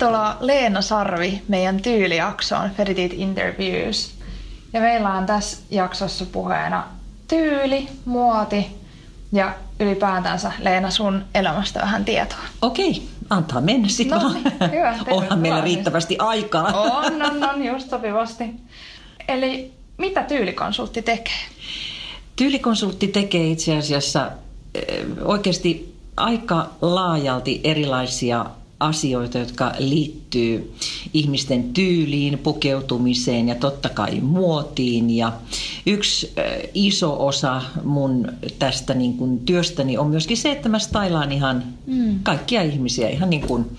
Tervetuloa Leena Sarvi meidän tyylijaksoon Feritit Interviews. Ja meillä on tässä jaksossa puheena tyyli, muoti ja ylipäätänsä Leena sun elämästä vähän tietoa. Okei, antaa mennä sitten vaan. Hyvä, onhan meillä riittävästi aikaa. On, just sopivasti. Eli mitä tyylikonsultti tekee? Tyylikonsultti tekee itse asiassa oikeasti aika laajalti erilaisia asioita, jotka liittyy ihmisten tyyliin, pukeutumiseen ja totta kai muotiin. Ja yksi iso osa mun tästä niin kuin työstäni on myöskin se, että mä stylaan ihan kaikkia ihmisiä, ihan niin kuin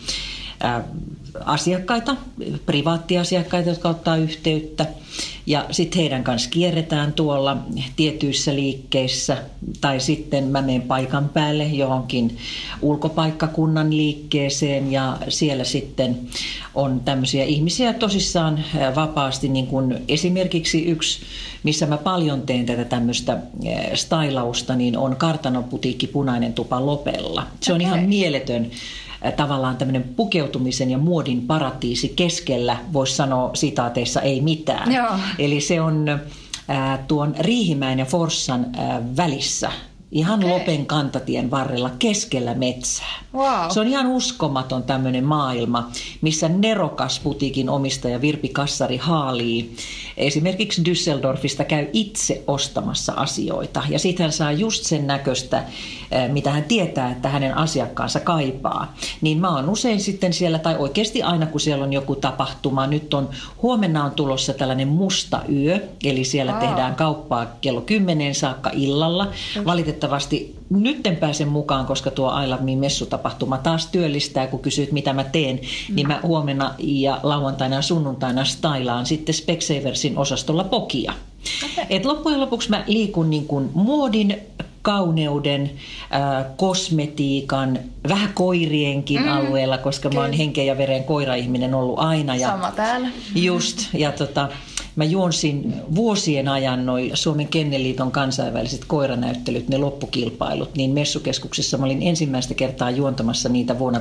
asiakkaita, privaattiasiakkaita, jotka ottaa yhteyttä. Ja sitten heidän kanssa kierretään tuolla tietyissä liikkeissä tai sitten mä menen paikan päälle johonkin ulkopaikkakunnan liikkeeseen ja siellä sitten on tämmöisiä ihmisiä tosissaan vapaasti, niin kuin esimerkiksi yksi, missä mä paljon teen tätä tämmöistä stylausta, niin on Kartanoputiikki Punainen tupa Lopella. Se on ihan mieletön tavallaan tämmöinen pukeutumisen ja muodin paratiisi keskellä, voisi sanoa sitaateissa ei mitään. Joo. Eli se on tuon Riihimäen ja Forssan välissä, ihan Lopen kantatien varrella keskellä metsää. Wow. Se on ihan uskomaton tämmöinen maailma, missä nerokas putiikin omistaja Virpi Kassari haalii. Esimerkiksi Düsseldorfista käy itse ostamassa asioita ja sitten hän saa just sen näköistä, mitä hän tietää, että hänen asiakkaansa kaipaa. Niin mä oon usein sitten siellä, tai oikeasti aina kun siellä on joku tapahtuma, huomenna on tulossa tällainen musta yö, eli siellä tehdään kauppaa kello 10 saakka illalla. Valitettavasti nyt en pääse mukaan, koska tuo I Love Me -messutapahtuma taas työllistää, kun kysyt mitä mä teen, niin mä huomenna ja lauantaina ja sunnuntaina stylaan sitten Specsaversin osastolla pokia. Et loppujen lopuksi mä liikun niin kuin muodin, kauneuden, kosmetiikan, vähän koirienkin alueella, koska mä oon henkeen ja veren koira-ihminen ollut aina. Ja sama täällä. Just, ja mä juonsin vuosien ajan noi Suomen Kennelliiton kansainväliset koiranäyttelyt, ne loppukilpailut, niin messukeskuksessa mä olin ensimmäistä kertaa juontamassa niitä vuonna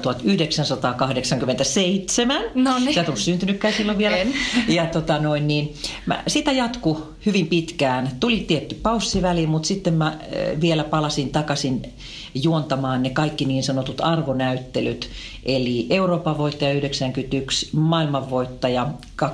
1987. Noniin. Sä et ole syntynytkään silloin vielä. En. Ja sitä jatkui hyvin pitkään. Tuli tietty paussiväli, mutta sitten mä vielä palasin takaisin juontamaan ne kaikki niin sanotut arvonäyttelyt. Eli Euroopan voittaja 91, maailmanvoittaja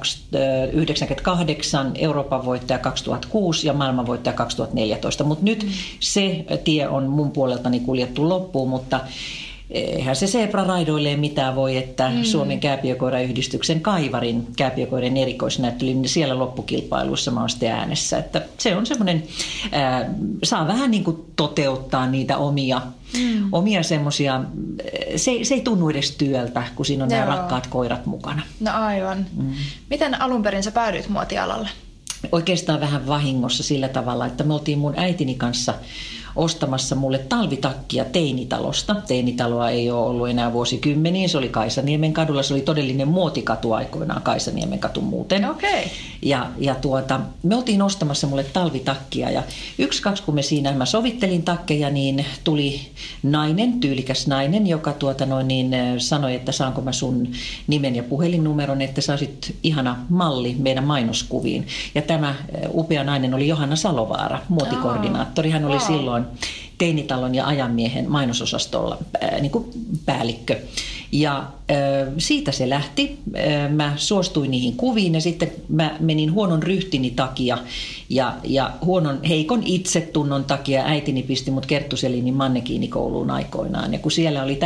98, Euroopan voittaja 2006 ja maailmanvoittaja 2014. Mutta nyt se tie on mun puoleltani kuljettu loppuun, mutta eihän se Zebra raidoilleen mitään voi, että Suomen kääpiökoirayhdistyksen Kaivarin kääpiökoirien erikoisnäyttely, niin siellä loppukilpailuissa mä oon sitten äänessä. Että se on semmoinen, saa vähän niin kuin toteuttaa niitä omia semmoisia, se ei tunnu edes työltä, kun siinä on nämä rakkaat koirat mukana. No aivan. Miten alun perin sä päädyit muotialalle? Oikeastaan vähän vahingossa sillä tavalla, että me oltiin mun äitini kanssa ostamassa mulle talvitakkia Teinitalosta. Teinitaloa ei ole ollut enää vuosikymmeniin. Se oli Kaisaniemen kadulla. Se oli todellinen muotikatu aikoinaan, Kaisaniemen katu muuten. Okay. Ja me oltiin ostamassa mulle talvitakkia ja kun mä sovittelin takkeja, niin tuli tyylikäs nainen, joka sanoi, että saanko mä sun nimen ja puhelinnumeron, että sä olisit ihana malli meidän mainoskuviin. Ja tämä upea nainen oli Johanna Salovaara, muotikoordinaattori. Hän oli silloin Teinitalon ja Ajanmiehen mainososastolla niin kuin päällikkö. Ja siitä se lähti. Mä suostuin niihin kuviin ja sitten mä menin huonon ryhtini takia ja heikon itsetunnon takia äitini pisti mut Kerttu Selinin mannekiinikouluun aikoinaan. Ja kun siellä oli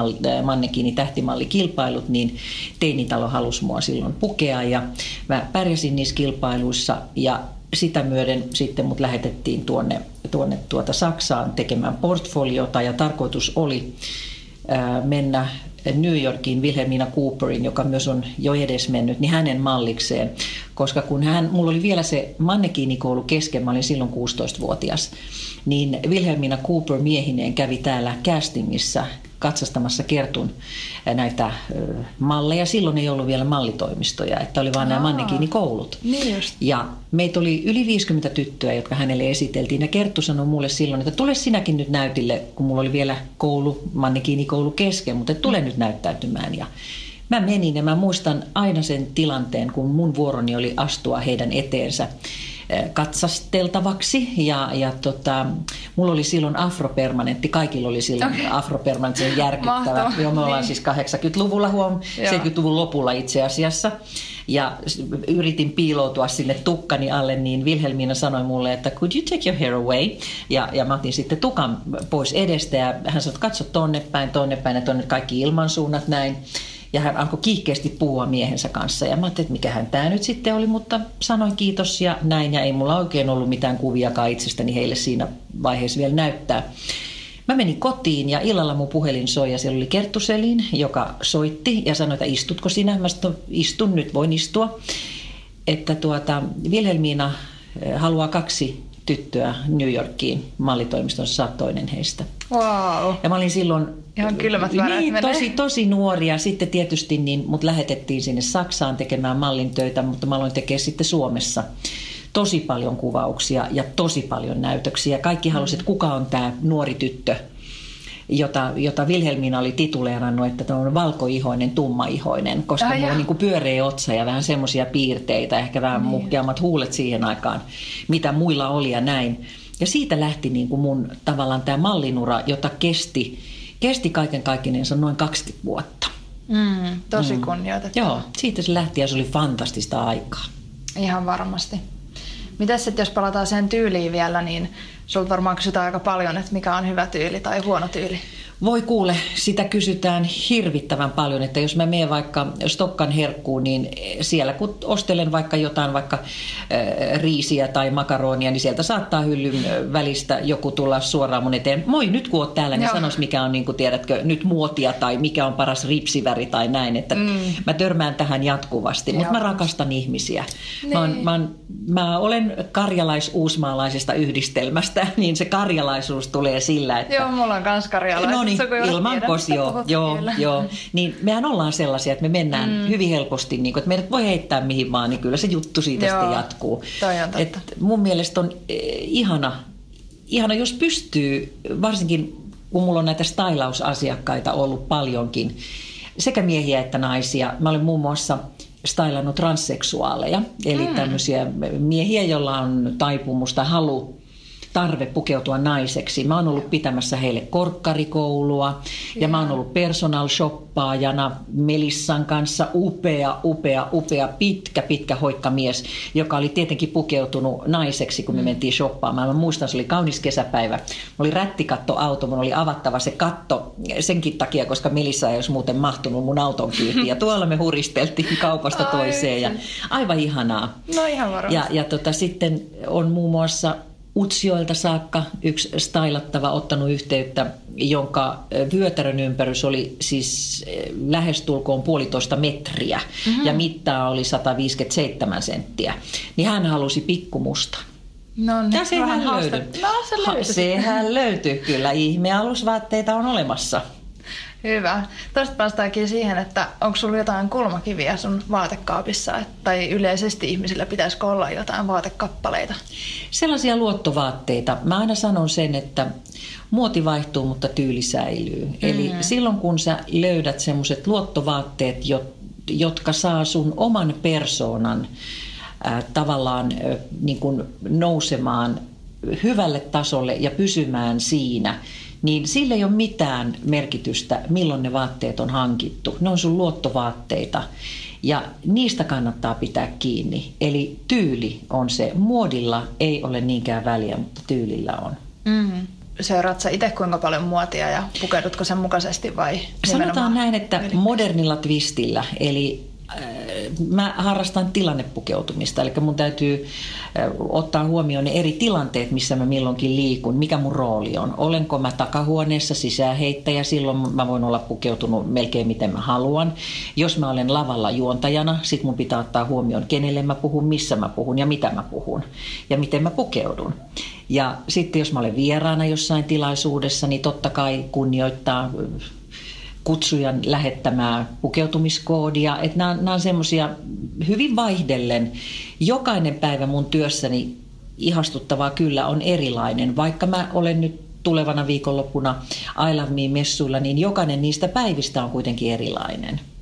tähtimallikilpailut, niin Teinitalo halusi mua silloin pukea ja mä pärjäsin niissä kilpailuissa ja sitä myöden sitten mut lähetettiin tuonne Saksaan tekemään portfoliota ja tarkoitus oli mennä New Yorkiin Wilhelmina Cooperin, joka myös on jo edesmennyt, niin hänen mallikseen. Koska mulla oli vielä se mannekiinikoulu kesken, mä olin silloin 16-vuotias, niin Wilhelmina Cooper miehineen kävi täällä castingissa katsastamassa Kertun näitä malleja. Silloin ei ollut vielä mallitoimistoja, että oli vaan nämä mannekiinikoulut. Niin just. Ja meitä oli yli 50 tyttöä, jotka hänelle esiteltiin. Ja Kerttu sanoi mulle silloin, että tule sinäkin nyt näytille, kun mulla oli vielä mannekiinikoulu kesken, mutta tule nyt näyttäytymään. Ja mä menin ja mä muistan aina sen tilanteen, kun mun vuoroni oli astua heidän eteensä katsasteltavaksi ja mulla oli silloin afropermanentti, kaikilla oli silloin afropermanentti, se on järkyttävä. Joo, me ollaan siis 80-luvulla, 70-luvun lopulla itse asiassa. Ja yritin piiloutua sinne tukkani alle, niin Vilhelmiina sanoi mulle, että could you take your hair away? Ja mä otin sitten tukan pois edestä ja hän sanoi, että katso tonne päin ja tonne kaikki ilmansuunnat näin. Ja hän alkoi kiihkeästi puhua miehensä kanssa. Ja mä ajattelin, että mikähän tämä nyt sitten oli, mutta sanoin kiitos ja näin. Ja ei mulla oikein ollut mitään kuviakaan itsestäni heille siinä vaiheessa vielä näyttää. Mä menin kotiin ja illalla mun puhelin soi ja siellä oli Kerttu Selin, joka soitti ja sanoi, että istutko sinä? Mä sanoin, istun, nyt voin istua. Että Vilhelmiina haluaa 2 tyttöä New Yorkiin mallitoimistonsa, sä oot toinen heistä. Wow. Ja mä olin silloin ihan kylmät väreet tosi nuori ja sitten tietysti niin mut lähetettiin sinne Saksaan tekemään mallin töitä, mutta mä aloin tekemään sitten Suomessa tosi paljon kuvauksia ja tosi paljon näytöksiä. Kaikki halusivat, että kuka on tämä nuori tyttö, jota Vilhelmiina oli tituleerannut, että tämä on valkoihoinen, tummaihoinen, koska mulla on niin kuin pyöreä otsa ja vähän semmoisia piirteitä, ehkä vähän muhkeammat huulet siihen aikaan, mitä muilla oli ja näin. Ja siitä lähti niin kuin mun tavallaan tämä mallinura, jota kesti kaiken kaikkinensa noin 20 vuotta. Tosi kunnioitettava. Joo, siitä se lähti ja se oli fantastista aikaa. Ihan varmasti. Mitäs sitten, jos palataan sen tyyliin vielä, niin sulta varmaan kysytään aika paljon, että mikä on hyvä tyyli tai huono tyyli. Voi kuule, sitä kysytään hirvittävän paljon, että jos mä menen vaikka Stokkan herkkuun, niin siellä kun ostelen vaikka jotain, vaikka riisiä tai makaronia, niin sieltä saattaa hyllyn välistä joku tulla suoraan mun eteen. Moi, nyt kun oot täällä, niin sanois mikä on, niin kuin tiedätkö, nyt muotia tai mikä on paras ripsiväri tai näin, että mä törmään tähän jatkuvasti, mutta mä rakastan ihmisiä. Mä olen karjalais-uusmaalaisesta yhdistelmästä, niin se karjalaisuus tulee sillä, että... Joo, mulla on kans karjalais. Ilmankos, joo. Niin mehän ollaan sellaisia, että me mennään hyvin helposti, niin kuin, että meidät voi heittää mihin vaan, niin kyllä se juttu siitä sitten jatkuu. Et mun mielestä on ihana, jos pystyy, varsinkin kun mulla on näitä stylausasiakkaita ollut paljonkin, sekä miehiä että naisia. Mä olen muun muassa stylannut transseksuaaleja, eli tämmöisiä miehiä, joilla on taipumus tai tarve pukeutua naiseksi. Mä oon ollut pitämässä heille korkkarikoulua ja mä oon ollut personal shoppaajana Melissan kanssa. Upea, pitkä hoikkamies, joka oli tietenkin pukeutunut naiseksi, kun me mentiin shoppaamaan. Mä muistan, se oli kaunis kesäpäivä. Mulla oli rättikattoauto, mun oli avattava se katto senkin takia, koska Melissa ei olisi muuten mahtunut mun auton kyytiin. Ja tuolla me huristeltiin kaupasta toiseen ja aivan ihanaa. No ihan varmasti. Ja sitten on muun muassa Utsjoelta saakka yksi stylattava ottanut yhteyttä, jonka vyötärön ympärys oli siis lähestulkoon 1,5 metriä ja mittaa oli 157 senttiä. Niin hän halusi pikkumusta. No niin, ja sehän löytyi. Sehän löytyi kyllä. Ihmealusvaatteita on olemassa. Hyvä. Tästä päästäänkin siihen, että onko sulla jotain kulmakiviä sun vaatekaapissa, tai yleisesti ihmisillä pitäisikö olla jotain vaatekappaleita? Sellaisia luottovaatteita. Mä aina sanon sen, että muoti vaihtuu, mutta tyyli säilyy. Eli silloin kun sä löydät semmoiset luottovaatteet, jotka saa sun oman persoonan tavallaan niin kuin nousemaan hyvälle tasolle ja pysymään siinä, niin sillä ei ole mitään merkitystä, milloin ne vaatteet on hankittu. Ne on sun luottovaatteita ja niistä kannattaa pitää kiinni. Eli tyyli on se. Muodilla ei ole niinkään väliä, mutta tyylillä on. Seuraat sä itse kuinka paljon muotia ja pukeudutko sen mukaisesti vai sanotaan näin, että modernilla twistillä, eli mä harrastan tilannepukeutumista, eli mun täytyy ottaa huomioon ne eri tilanteet, missä mä milloinkin liikun, mikä mun rooli on. Olenko mä takahuoneessa sisäänheittäjä, silloin mä voin olla pukeutunut melkein miten mä haluan. Jos mä olen lavalla juontajana, sit mun pitää ottaa huomioon, kenelle mä puhun, missä mä puhun ja mitä mä puhun ja miten mä pukeudun. Ja sitten jos mä olen vieraana jossain tilaisuudessa, niin totta kai kunnioittaa kutsujan lähettämää pukeutumiskoodia. Että nämä on semmoisia hyvin vaihdellen. Jokainen päivä mun työssäni ihastuttavaa kyllä on erilainen. Vaikka mä olen nyt tulevana viikonloppuna I Love Me -messuilla, niin jokainen niistä päivistä on kuitenkin erilainen.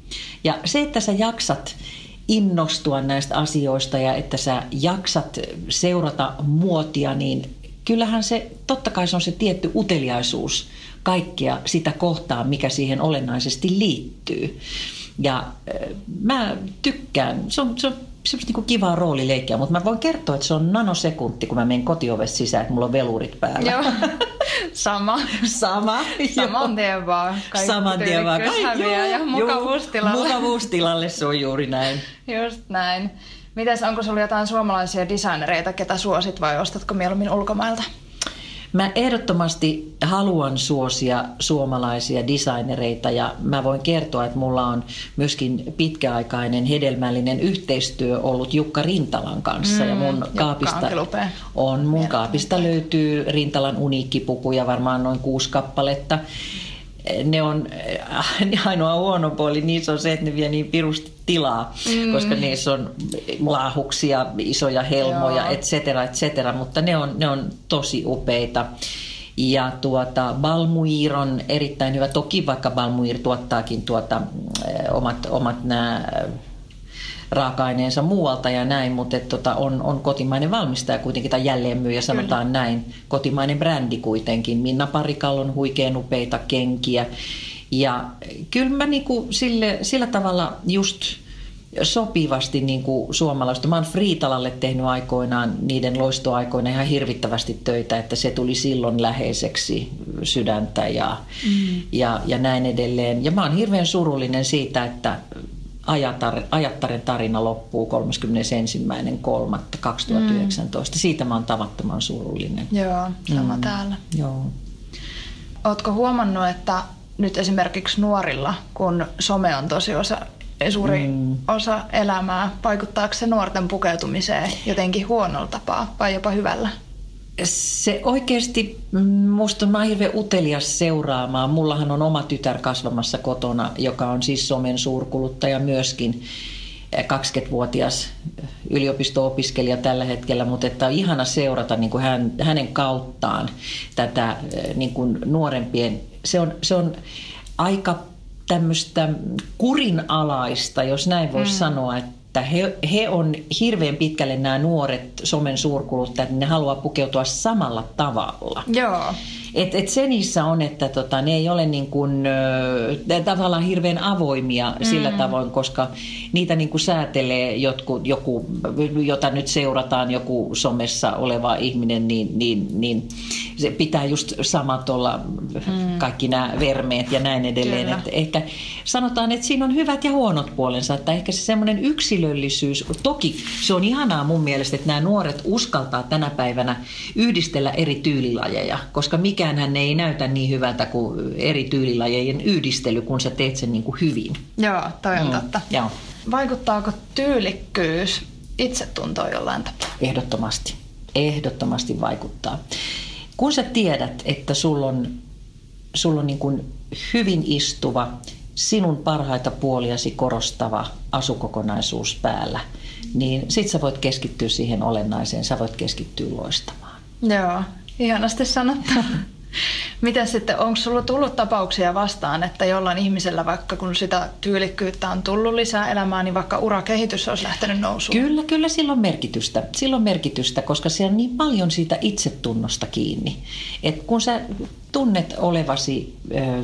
Ja se, että sä jaksat innostua näistä asioista ja että sä jaksat seurata muotia, niin kyllähän se, totta kai se on se tietty uteliaisuus kaikkea sitä kohtaa, mikä siihen olennaisesti liittyy. Ja mä tykkään, se on semmoista niin kuin kivaa roolileikkiä, mutta mä voin kertoa, että se on nanosekunti, kun mä menen kotiovesta sisään, että mulla on velurit päällä. Joo, sama. Saman tien vaan. Saman tien vaan. Häviää ja mukavuustilalle. Mukavuustilalle, se on juuri näin. Just näin. Mites, onko sulla jotain suomalaisia designereita, ketä suosit vai ostatko mieluummin ulkomailta? Mä ehdottomasti haluan suosia suomalaisia designereita ja mä voin kertoa, että mulla on myöskin pitkäaikainen hedelmällinen yhteistyö ollut Jukka Rintalan kanssa. Ja mun kaapista löytyy Rintalan uniikkipukuja, varmaan noin 6 kappaletta. Ne on ainoa huono puoli, niissä on se, että ne vie niin pirusti tilaa, koska niissä on laahuksia, isoja helmoja, et cetera, mutta ne on tosi upeita. Ja Balmuir on erittäin hyvä, toki vaikka Balmuir tuottaakin omat nämä raaka-aineensa muualta ja näin, mutta on kotimainen valmistaja kuitenkin, tai jälleenmyyjä sanotaan näin, kotimainen brändi kuitenkin. Minna Parikalla on huikean upeita kenkiä ja kyllä mä niinku sillä tavalla just sopivasti niinku suomalaista. Mä oon Friitalalle tehnyt aikoinaan niiden loistoaikoina ihan hirvittävästi töitä, että se tuli silloin läheiseksi sydäntä ja näin edelleen. Ja mä oon hirveän surullinen siitä, että Ajattaren tarina loppuu 31.3.2019. Siitä mä oon tavattoman surullinen. Joo, sama täällä. Joo. Ootko huomannut, että nyt esimerkiksi nuorilla, kun some on tosi suuri osa elämää, vaikuttaako se nuorten pukeutumiseen jotenkin huonolla tapaa vai jopa hyvällä? Se oikeasti, musta mä oon hirveän utelias seuraamaan. Mullahan on oma tytär kasvamassa kotona, joka on siis somen suurkuluttaja myöskin, 20-vuotias yliopisto-opiskelija tällä hetkellä, mutta että on ihana seurata niin kuin hänen kauttaan tätä niin kuin nuorempien. Se on aika tämmöistä kurinalaista, jos näin voisi sanoa, että he on hirveän pitkälle nämä nuoret somen suurkuluttajat, ne haluaa pukeutua samalla tavalla. Joo. Et se niissä on, että ne ei ole niin kuin, tavallaan hirveän avoimia sillä tavoin, koska niitä niin kuin säätelee joku, jota nyt seurataan, joku somessa oleva ihminen, niin se pitää just samat olla kaikki nämä vermeet ja näin edelleen. Että ehkä sanotaan, että siinä on hyvät ja huonot puolensa, että ehkä se semmoinen yksilöllisyys, toki se on ihanaa mun mielestä, että nämä nuoret uskaltaa tänä päivänä yhdistellä eri tyylilajeja, koska mikäänhän ei näytä niin hyvältä kuin eri tyylilajien yhdistely, kun sä teet sen niin kuin hyvin. Joo, toi on totta. Joo. Vaikuttaako tyylikkyys itsetuntoon jollain tapaa? Ehdottomasti vaikuttaa. Kun sä tiedät, että sulla on niin kuin hyvin istuva, sinun parhaita puoliasi korostava asukokonaisuus päällä, niin sit sä voit keskittyä siihen olennaiseen, sä voit keskittyä loistamaan. Joo, ihanasti sanottu. Miten sitten, onko sulla tullut tapauksia vastaan, että jollain ihmisellä, vaikka kun sitä tyylikkyyttä on tullut lisää elämään, niin vaikka urakehitys olisi lähtenyt nousuun? Kyllä sillä on merkitystä. Sillä on merkitystä, koska se on niin paljon siitä itsetunnosta kiinni. Et kun sä tunnet olevasi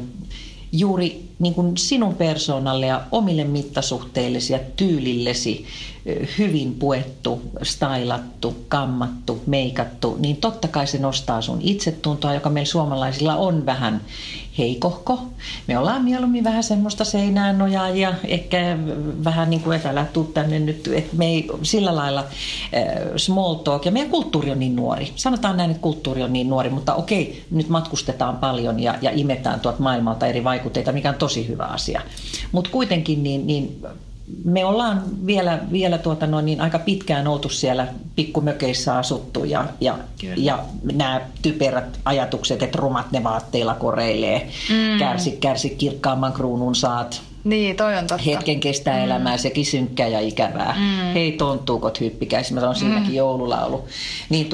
juuri niin kuin sinun persoonalle ja omille mittasuhteillesi ja tyylillesi hyvin puettu, stylattu, kammattu, meikattu, niin totta kai se nostaa sun itsetuntoa, joka meillä suomalaisilla on vähän heikohko. Me ollaan mieluummin vähän semmoista seinään nojaajia, ehkä vähän niin kuin, että älä tuu tänne nyt, että me ei sillä lailla small talk, ja meidän kulttuuri on niin nuori. Sanotaan näin, että kulttuuri on niin nuori, mutta okei, nyt matkustetaan paljon ja imetään tuolta maailmalta eri vaikutteita, mikä on tosi hyvä asia. Mutta kuitenkin niin me ollaan vielä aika pitkään oltu siellä pikkumökeissä asuttu ja nämä typerät ajatukset, että rumat ne vaatteilla koreilee, kärsi kirkkaamman kruunun saat. Niin, toi on totta. Hetken kestää elämää, sekin synkkää ja ikävää. Hei tonttuukot hyppikäis, mä sanon siinäkin joululaulu. Niin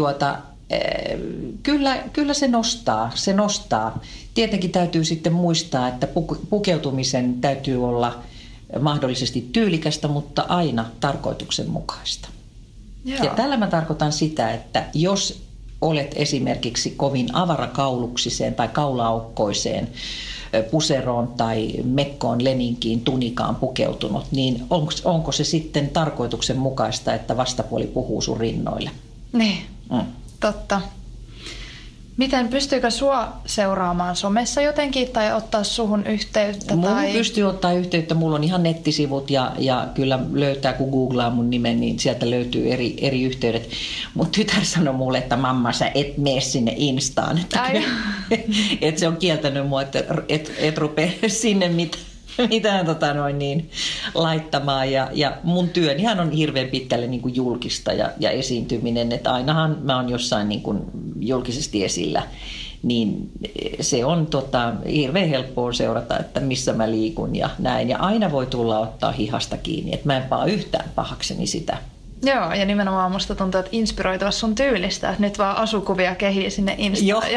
kyllä se nostaa. Tietenkin täytyy sitten muistaa, että pukeutumisen täytyy olla mahdollisesti tyylikästä, mutta aina tarkoituksenmukaista. Joo. Ja tällä mä tarkoitan sitä, että jos olet esimerkiksi kovin avarakauluksiseen tai kaulaaukkoiseen puseroon tai mekkoon, leninkiin, tunikaan pukeutunut, niin onko se sitten tarkoituksenmukaista, että vastapuoli puhuu sun rinnoille? Niin, totta. Miten, pystyykö sua seuraamaan somessa jotenkin tai ottaa suhun yhteyttä? Mulla tai... pystyy ottaa yhteyttä. Mulla on ihan nettisivut ja kyllä löytää, kun googlaa mun nimen, niin sieltä löytyy eri yhteydet. Mun tytär sanoi mulle, että mamma, sä et mene sinne Instaan. Että se on kieltänyt mua, että et rupea sinne mitään laittamaan. Ja mun työnihän on hirveän pitkälle niin kuin julkista ja esiintyminen, että ainahan mä oon jossain niin kuin julkisesti esillä, niin se on hirveän helppoa seurata, että missä mä liikun ja näin. Ja aina voi tulla ottaa hihasta kiinni, että mä en paa yhtään pahakseni sitä. Joo, ja nimenomaan musta tuntuu, että inspiroitua sun tyylistä, että nyt vaan asukuvia kehii sinne Instaan.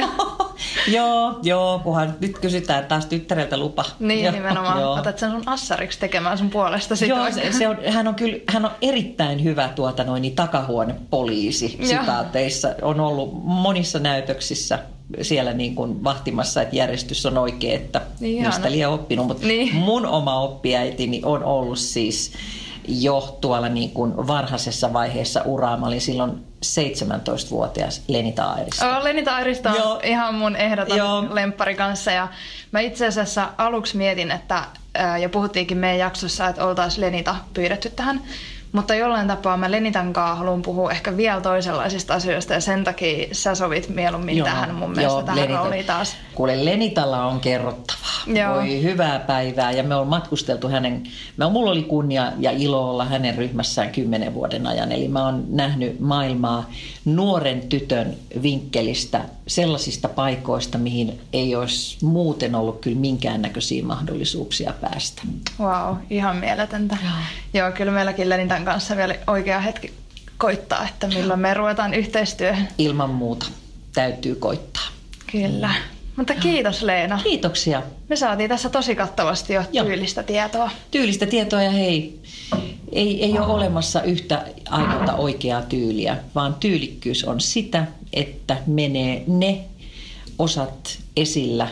Joo, kunhan nyt kysytään taas tyttäreltä lupa. Niin, joo, nimenomaan. Joo. Otat sen sun assariksi tekemään sun puolesta. Joo, hän on erittäin hyvä takahuonepoliisi sitaateissa. On ollut monissa näytöksissä siellä niin kuin vahtimassa, että järjestys on oikein, että mistä liian oppinut. Mutta mun oma oppiäitini on ollut siis jo tuolla niin kuin varhaisessa vaiheessa uraa. Mä olin silloin 17-vuotias Lenita Airista. Lenita Airista on ihan mun ehdoton lemppari kanssa. Ja mä itse asiassa aluksi mietin, että, ja puhuttiinkin meidän jaksossa, että oltaisiin Lenita pyydetty tähän. Mutta jollain tapaa mä Lenitan kanssa haluan puhua ehkä vielä toisenlaisista asioista ja sen takia sä sovit mieluummin tähän mun mielestä tähän rooliin taas. Kuule, Lenitalla on kerrottavaa. Voi hyvää päivää ja me on matkusteltu mulla oli kunnia ja ilo olla hänen ryhmässään 10 vuoden ajan. Eli mä oon nähnyt maailmaa nuoren tytön vinkkelistä sellaisista paikoista, mihin ei olisi muuten ollut kyllä minkäännäköisiä mahdollisuuksia päästä. Vau, ihan mieletöntä. Joo, kyllä meilläkin Lenitan kanssa vielä oikea hetki koittaa, että milloin me ruvetaan yhteistyöhön. Ilman muuta täytyy koittaa. Kyllä. Mutta kiitos Leena. Kiitoksia. Me saatiin tässä tosi kattavasti jo tyylistä tietoa. Tyylistä tietoa ja hei, ei ole olemassa yhtä ainoata oikeaa tyyliä, vaan tyylikkyys on sitä, että menee ne osat esillä,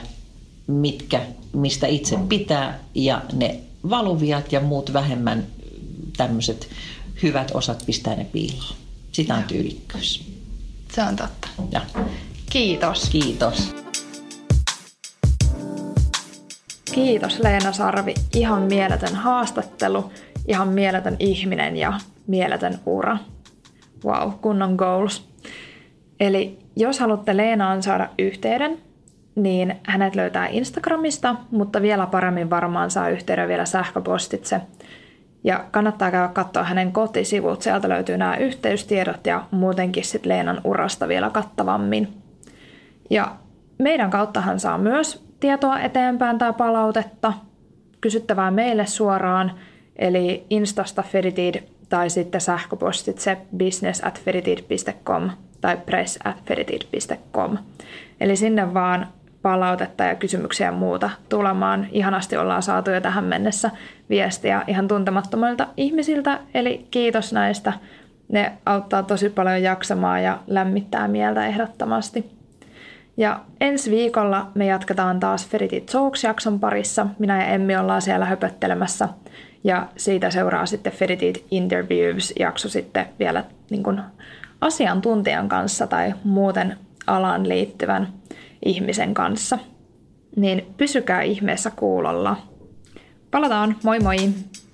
mistä itse pitää ja ne valuviat ja muut vähemmän tämmöiset hyvät osat pistää ne piiloon. Sitä on tyylikkyys. Se on totta. Ja. Kiitos. Kiitos. Kiitos Leena Sarvi. Ihan mieletön haastattelu, ihan mieletön ihminen ja mieletön ura. Wow, kunnon goals. Eli jos haluatte Leenaan saada yhteyden, niin hänet löytää Instagramista, mutta vielä paremmin varmaan saa yhteyden vielä sähköpostitse. Ja kannattaa käydä katsoa hänen kotisivut, sieltä löytyy nämä yhteystiedot ja muutenkin sitten Leenan urasta vielä kattavammin. Ja meidän kauttahan saa myös tietoa eteenpäin tai palautetta, kysyttävää meille suoraan, eli Instasta Feritid tai sitten sähköpostitse business@feritid.com tai press@feritid.com. Eli sinne vaan palautetta ja kysymyksiä ja muuta tulemaan. Ihanasti ollaan saatu jo tähän mennessä viestiä ihan tuntemattomilta ihmisiltä, eli kiitos näistä. Ne auttaa tosi paljon jaksamaan ja lämmittää mieltä ehdottomasti. Ja ensi viikolla me jatketaan taas Feritid Talks-jakson parissa. Minä ja Emmi ollaan siellä höpöttelemässä ja siitä seuraa sitten Feritid Interviews-jakso sitten vielä niin kuin asiantuntijan kanssa tai muuten alaan liittyvän ihmisen kanssa. Niin pysykää ihmeessä kuulolla. Palataan, moi moi!